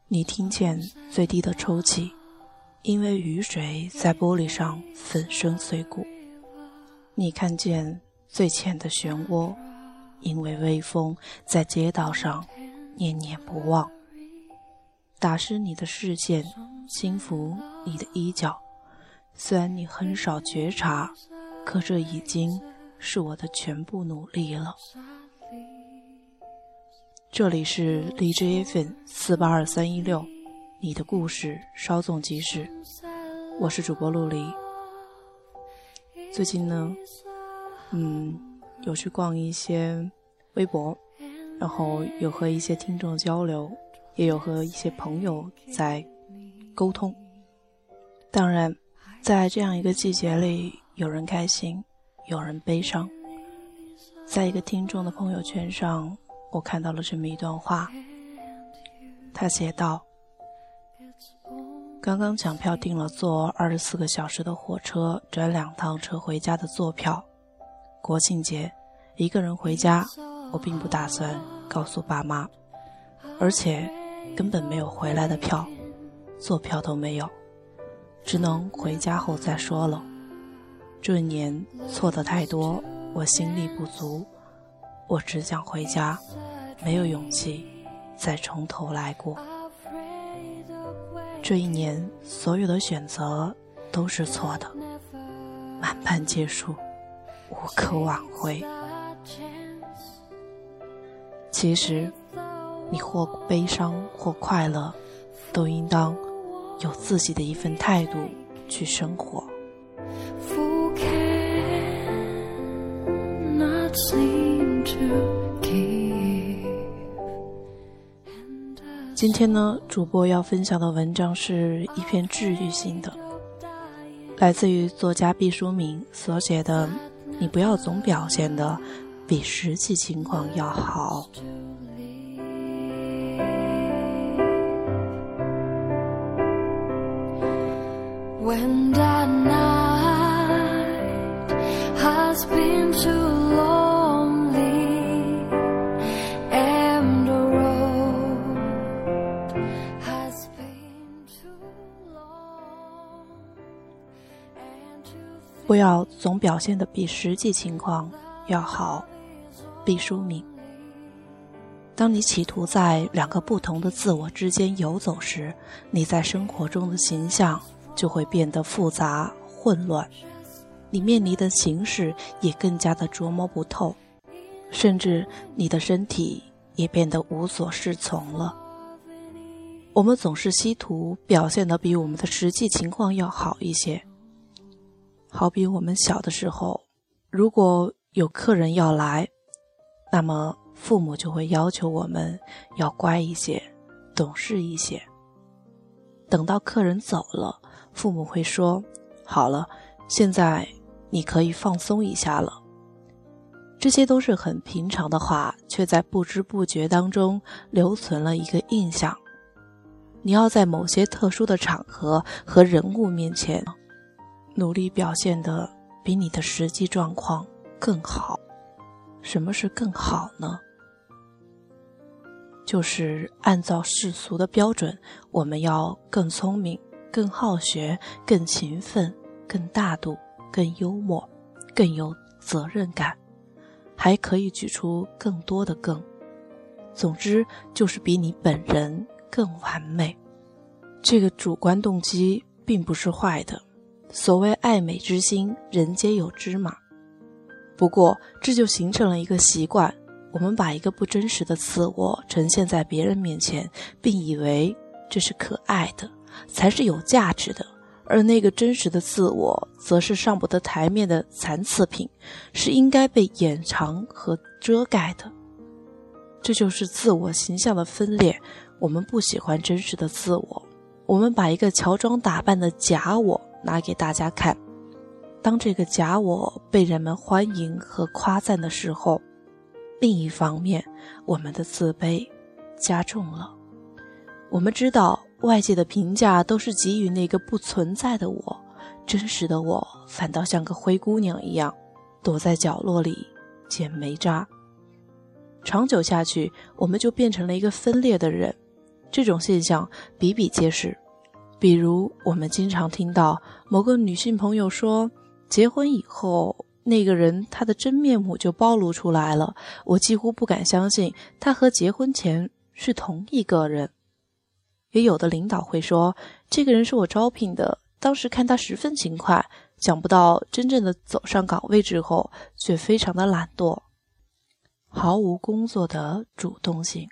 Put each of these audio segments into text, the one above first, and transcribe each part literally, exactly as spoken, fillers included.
你听见最低的抽泣，因为雨水在玻璃上粉身碎骨。你看见最浅的漩涡，因为微风在街道上念念不忘。打湿你的视线，轻抚你的衣角，虽然你很少觉察，可这已经是我的全部努力了。这里是荔枝 F M 四八二三一六，你的故事稍纵即逝，我是主播陆离。最近呢，嗯，有去逛一些微博，然后有和一些听众交流，也有和一些朋友在沟通。当然，在这样一个季节里，有人开心，有人悲伤。在一个听众的朋友圈上，我看到了这么一段话，他写道：刚刚抢票订了坐二十四个小时的火车转两趟车回家的坐票，国庆节一个人回家，我并不打算告诉爸妈，而且根本没有回来的票，坐票都没有，只能回家后再说了。这一年错的太多，我心力不足，我只想回家，没有勇气再从头来过。这一年所有的选择都是错的，满盘皆输，无可挽回。其实你或悲伤或快乐，都应当有自己的一份态度去生活。今天呢，主播要分享的文章是一篇治愈性的，来自于作家毕淑敏所写的《你不要总表现的比实际情况要好》。 When that night has been too lonely and the road has been too long and too 不要总表现得比实际情况要好。毕淑敏。当你企图在两个不同的自我之间游走时，你在生活中的形象就会变得复杂混乱，你面临的形势也更加的琢磨不透，甚至你的身体也变得无所适从了。我们总是希图表现得比我们的实际情况要好一些。好比我们小的时候，如果有客人要来，那么父母就会要求我们要乖一些，懂事一些。等到客人走了，父母会说，好了，现在你可以放松一下了。这些都是很平常的话，却在不知不觉当中留存了一个印象。你要在某些特殊的场合和人物面前，努力表现得比你的实际状况更好。什么是更好呢？就是按照世俗的标准，我们要更聪明，更好学，更勤奋，更大度，更幽默，更有责任感，还可以举出更多的更。总之就是比你本人更完美。这个主观动机并不是坏的，所谓爱美之心，人皆有之嘛。不过这就形成了一个习惯，我们把一个不真实的自我呈现在别人面前，并以为这是可爱的，才是有价值的，而那个真实的自我则是上不得台面的残次品，是应该被掩藏和遮盖的。这就是自我形象的分裂。我们不喜欢真实的自我，我们把一个乔装打扮的假我拿给大家看。当这个假我被人们欢迎和夸赞的时候，另一方面，我们的自卑加重了。我们知道外界的评价都是给予那个不存在的我，真实的我反倒像个灰姑娘一样，躲在角落里捡煤渣。长久下去，我们就变成了一个分裂的人， 这种现象比比皆是。比如我们经常听到某个女性朋友说，结婚以后那个人他的真面目就暴露出来了，我几乎不敢相信他和结婚前是同一个人。也有的领导会说，这个人是我招聘的，当时看他十分勤快，想不到真正的走上岗位之后却非常的懒惰，毫无工作的主动性。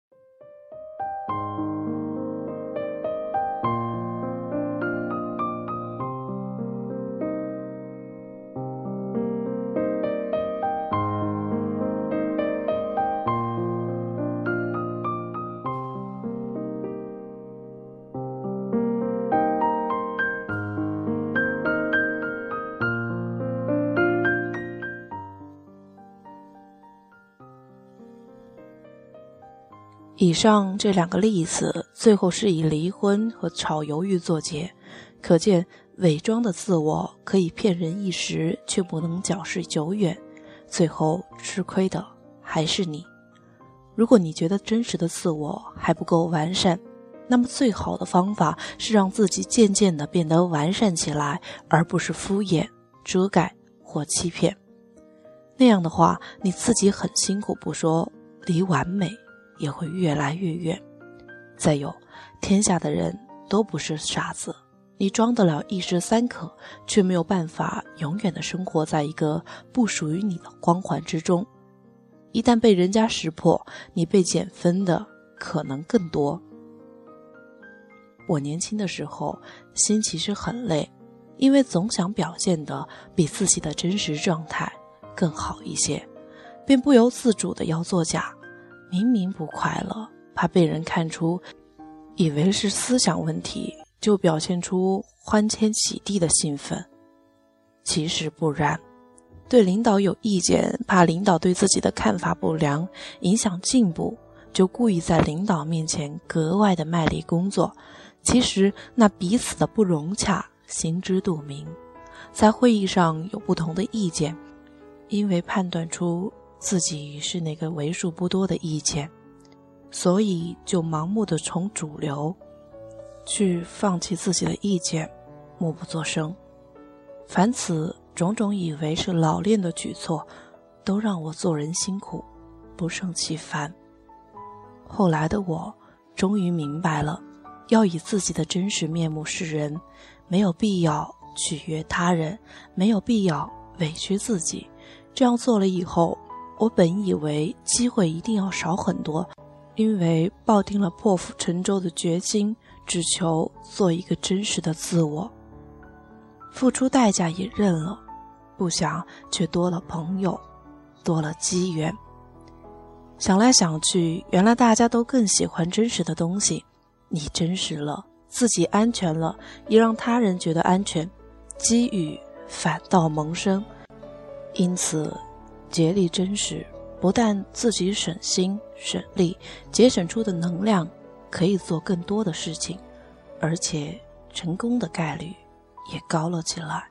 以上这两个例子最后是以离婚和炒鱿鱼作结，可见伪装的自我可以骗人一时，却不能矫饰久远，最后吃亏的还是你。如果你觉得真实的自我还不够完善，那么最好的方法是让自己渐渐地变得完善起来，而不是敷衍、遮盖或欺骗。那样的话，你自己很辛苦不说，离完美也会越来越远。再有，天下的人都不是傻子，你装得了一时三刻，却没有办法永远的生活在一个不属于你的光环之中。一旦被人家识破，你被减分的可能更多。我年轻的时候心其实很累，因为总想表现得比自己的真实状态更好一些，便不由自主地要作假。明明不快乐，怕被人看出，以为是思想问题，就表现出欢天喜地的兴奋。其实不然，对领导有意见，怕领导对自己的看法不良，影响进步，就故意在领导面前格外的卖力工作。其实那彼此的不融洽，心知肚明。在会议上有不同的意见，因为判断出自己是那个为数不多的意见，所以就盲目的从主流去放弃自己的意见，默不作声。凡此种种以为是老练的举措，都让我做人辛苦，不胜其烦。后来的我终于明白了，要以自己的真实面目示人，没有必要取悦他人，没有必要委屈自己。这样做了以后，我本以为机会一定要少很多，因为抱定了破釜沉舟的决心，只求做一个真实的自我，付出代价也认了，不想却多了朋友，多了机缘。想来想去，原来大家都更喜欢真实的东西。你真实了，自己安全了，也让他人觉得安全，机遇反倒萌生。因此竭力真实，不但自己省心省力，节省出的能量可以做更多的事情，而且成功的概率也高了起来。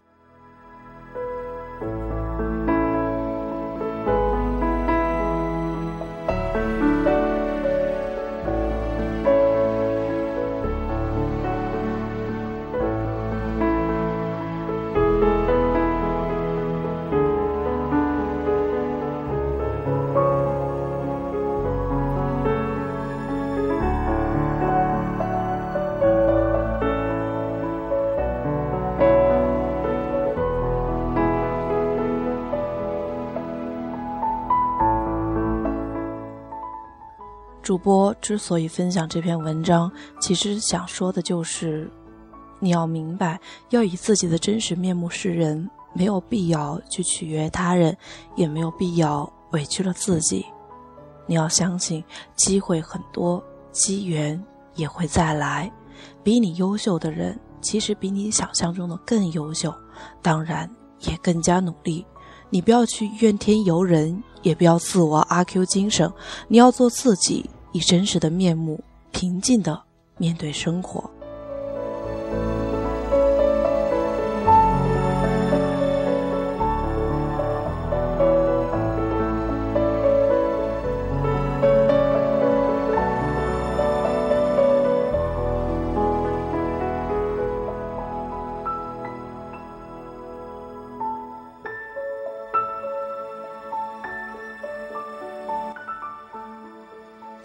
主播之所以分享这篇文章，其实想说的就是，你要明白，要以自己的真实面目示人，没有必要去取悦他人，也没有必要委屈了自己。你要相信，机会很多，机缘也会再来。比你优秀的人，其实比你想象中的更优秀，当然也更加努力。你不要去怨天尤人，也不要自我阿 Q 精神，你要做自己，以真实的面目，平静地面对生活。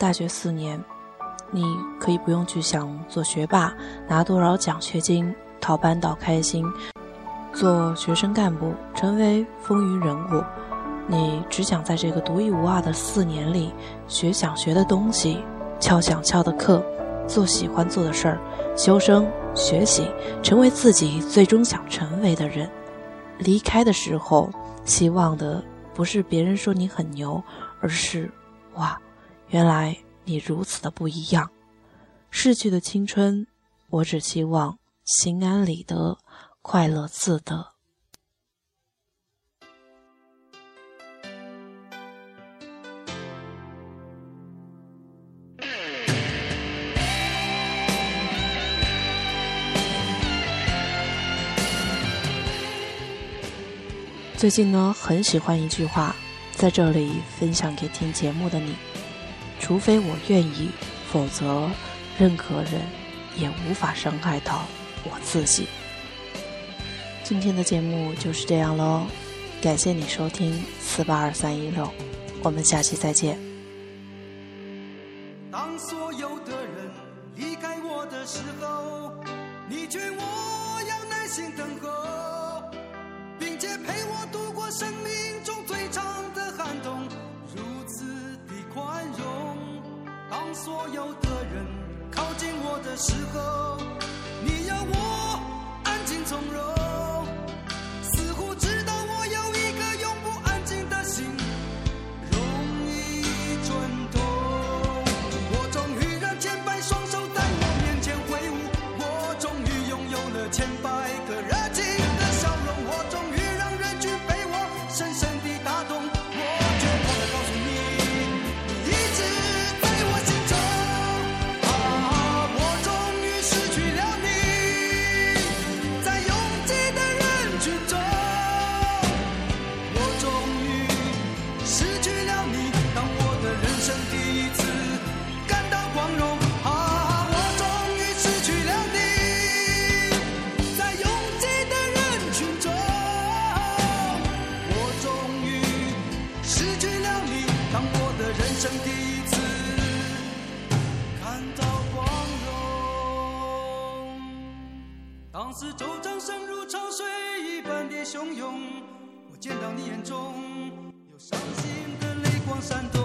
大学四年，你可以不用去想做学霸拿多少奖学金讨班导开心，做学生干部成为风云人物，你只想在这个独一无二的四年里学想学的东西，翘想翘的课，做喜欢做的事儿，修身学习，成为自己最终想成为的人。离开的时候希望的不是别人说你很牛，而是哇，原来你如此的不一样。逝去的青春，我只希望心安理得，快乐自得。最近呢，很喜欢一句话，在这里分享给听节目的你：除非我愿意，否则任何人也无法伤害到我自己。今天的节目就是这样咯，感谢你收听四八二三一六，我们下期再见。 当所有的人离开我的时候，你劝我要耐心等候，并且陪我度过生命中最长的寒冬，如此的宽容。当所有的人靠近我的时候，你要我安静从容，似乎知道我有一个永不安静的心，容易转动。我终于让千百双手在我面前挥舞，我终于拥有了千百个热情的笑容，我终于让人群被我深深地打动。我绝望地告诉你，你一直在我心中啊，我终于失去了你，在拥挤的人群中，我终于失去了你，当我的人生第一次感到光荣啊，我终于失去了你，在拥挤的人群中，我终于失去了你，当我的人生第一次看到光荣。当时周掌声如潮水一般的汹涌，我见到你眼中有伤心的泪光闪动。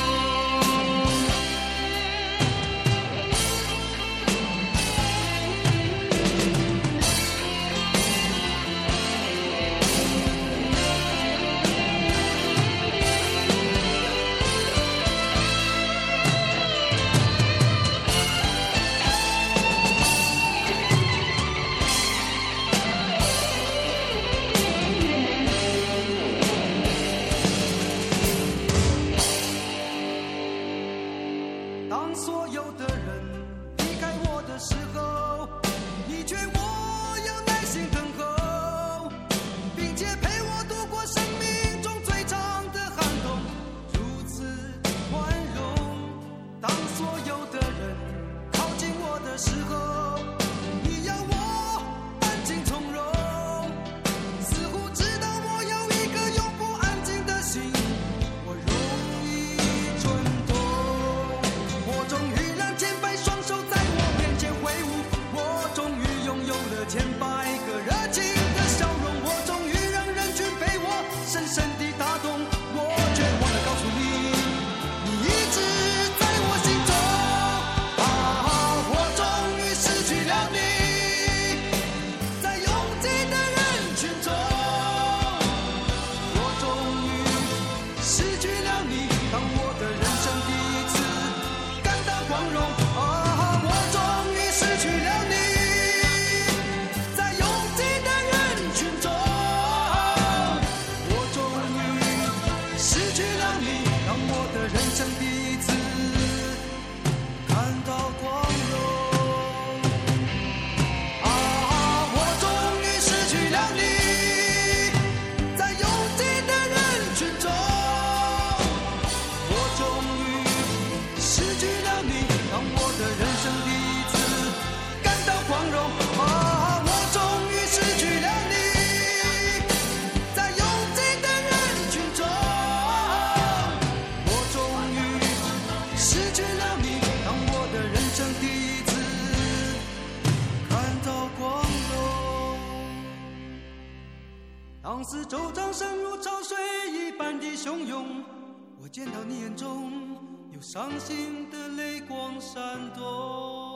当所有的人离开我的时候，你劝我要耐心等候，并且陪我度过生命中最长的寒冬，如此宽容。当所有的人靠近我的时候，你要我安静从容，似乎知道我有一个永不安静的心，我容易转动。我终于让千百双手在我面前挥舞，我终于拥有了千百个热情的笑容，我终于让人群被我深深地打动。我绝望地告诉你，你一直在我心中啊，我终于周掌声如潮水一般的汹涌，我见到你眼中有伤心的泪光闪动。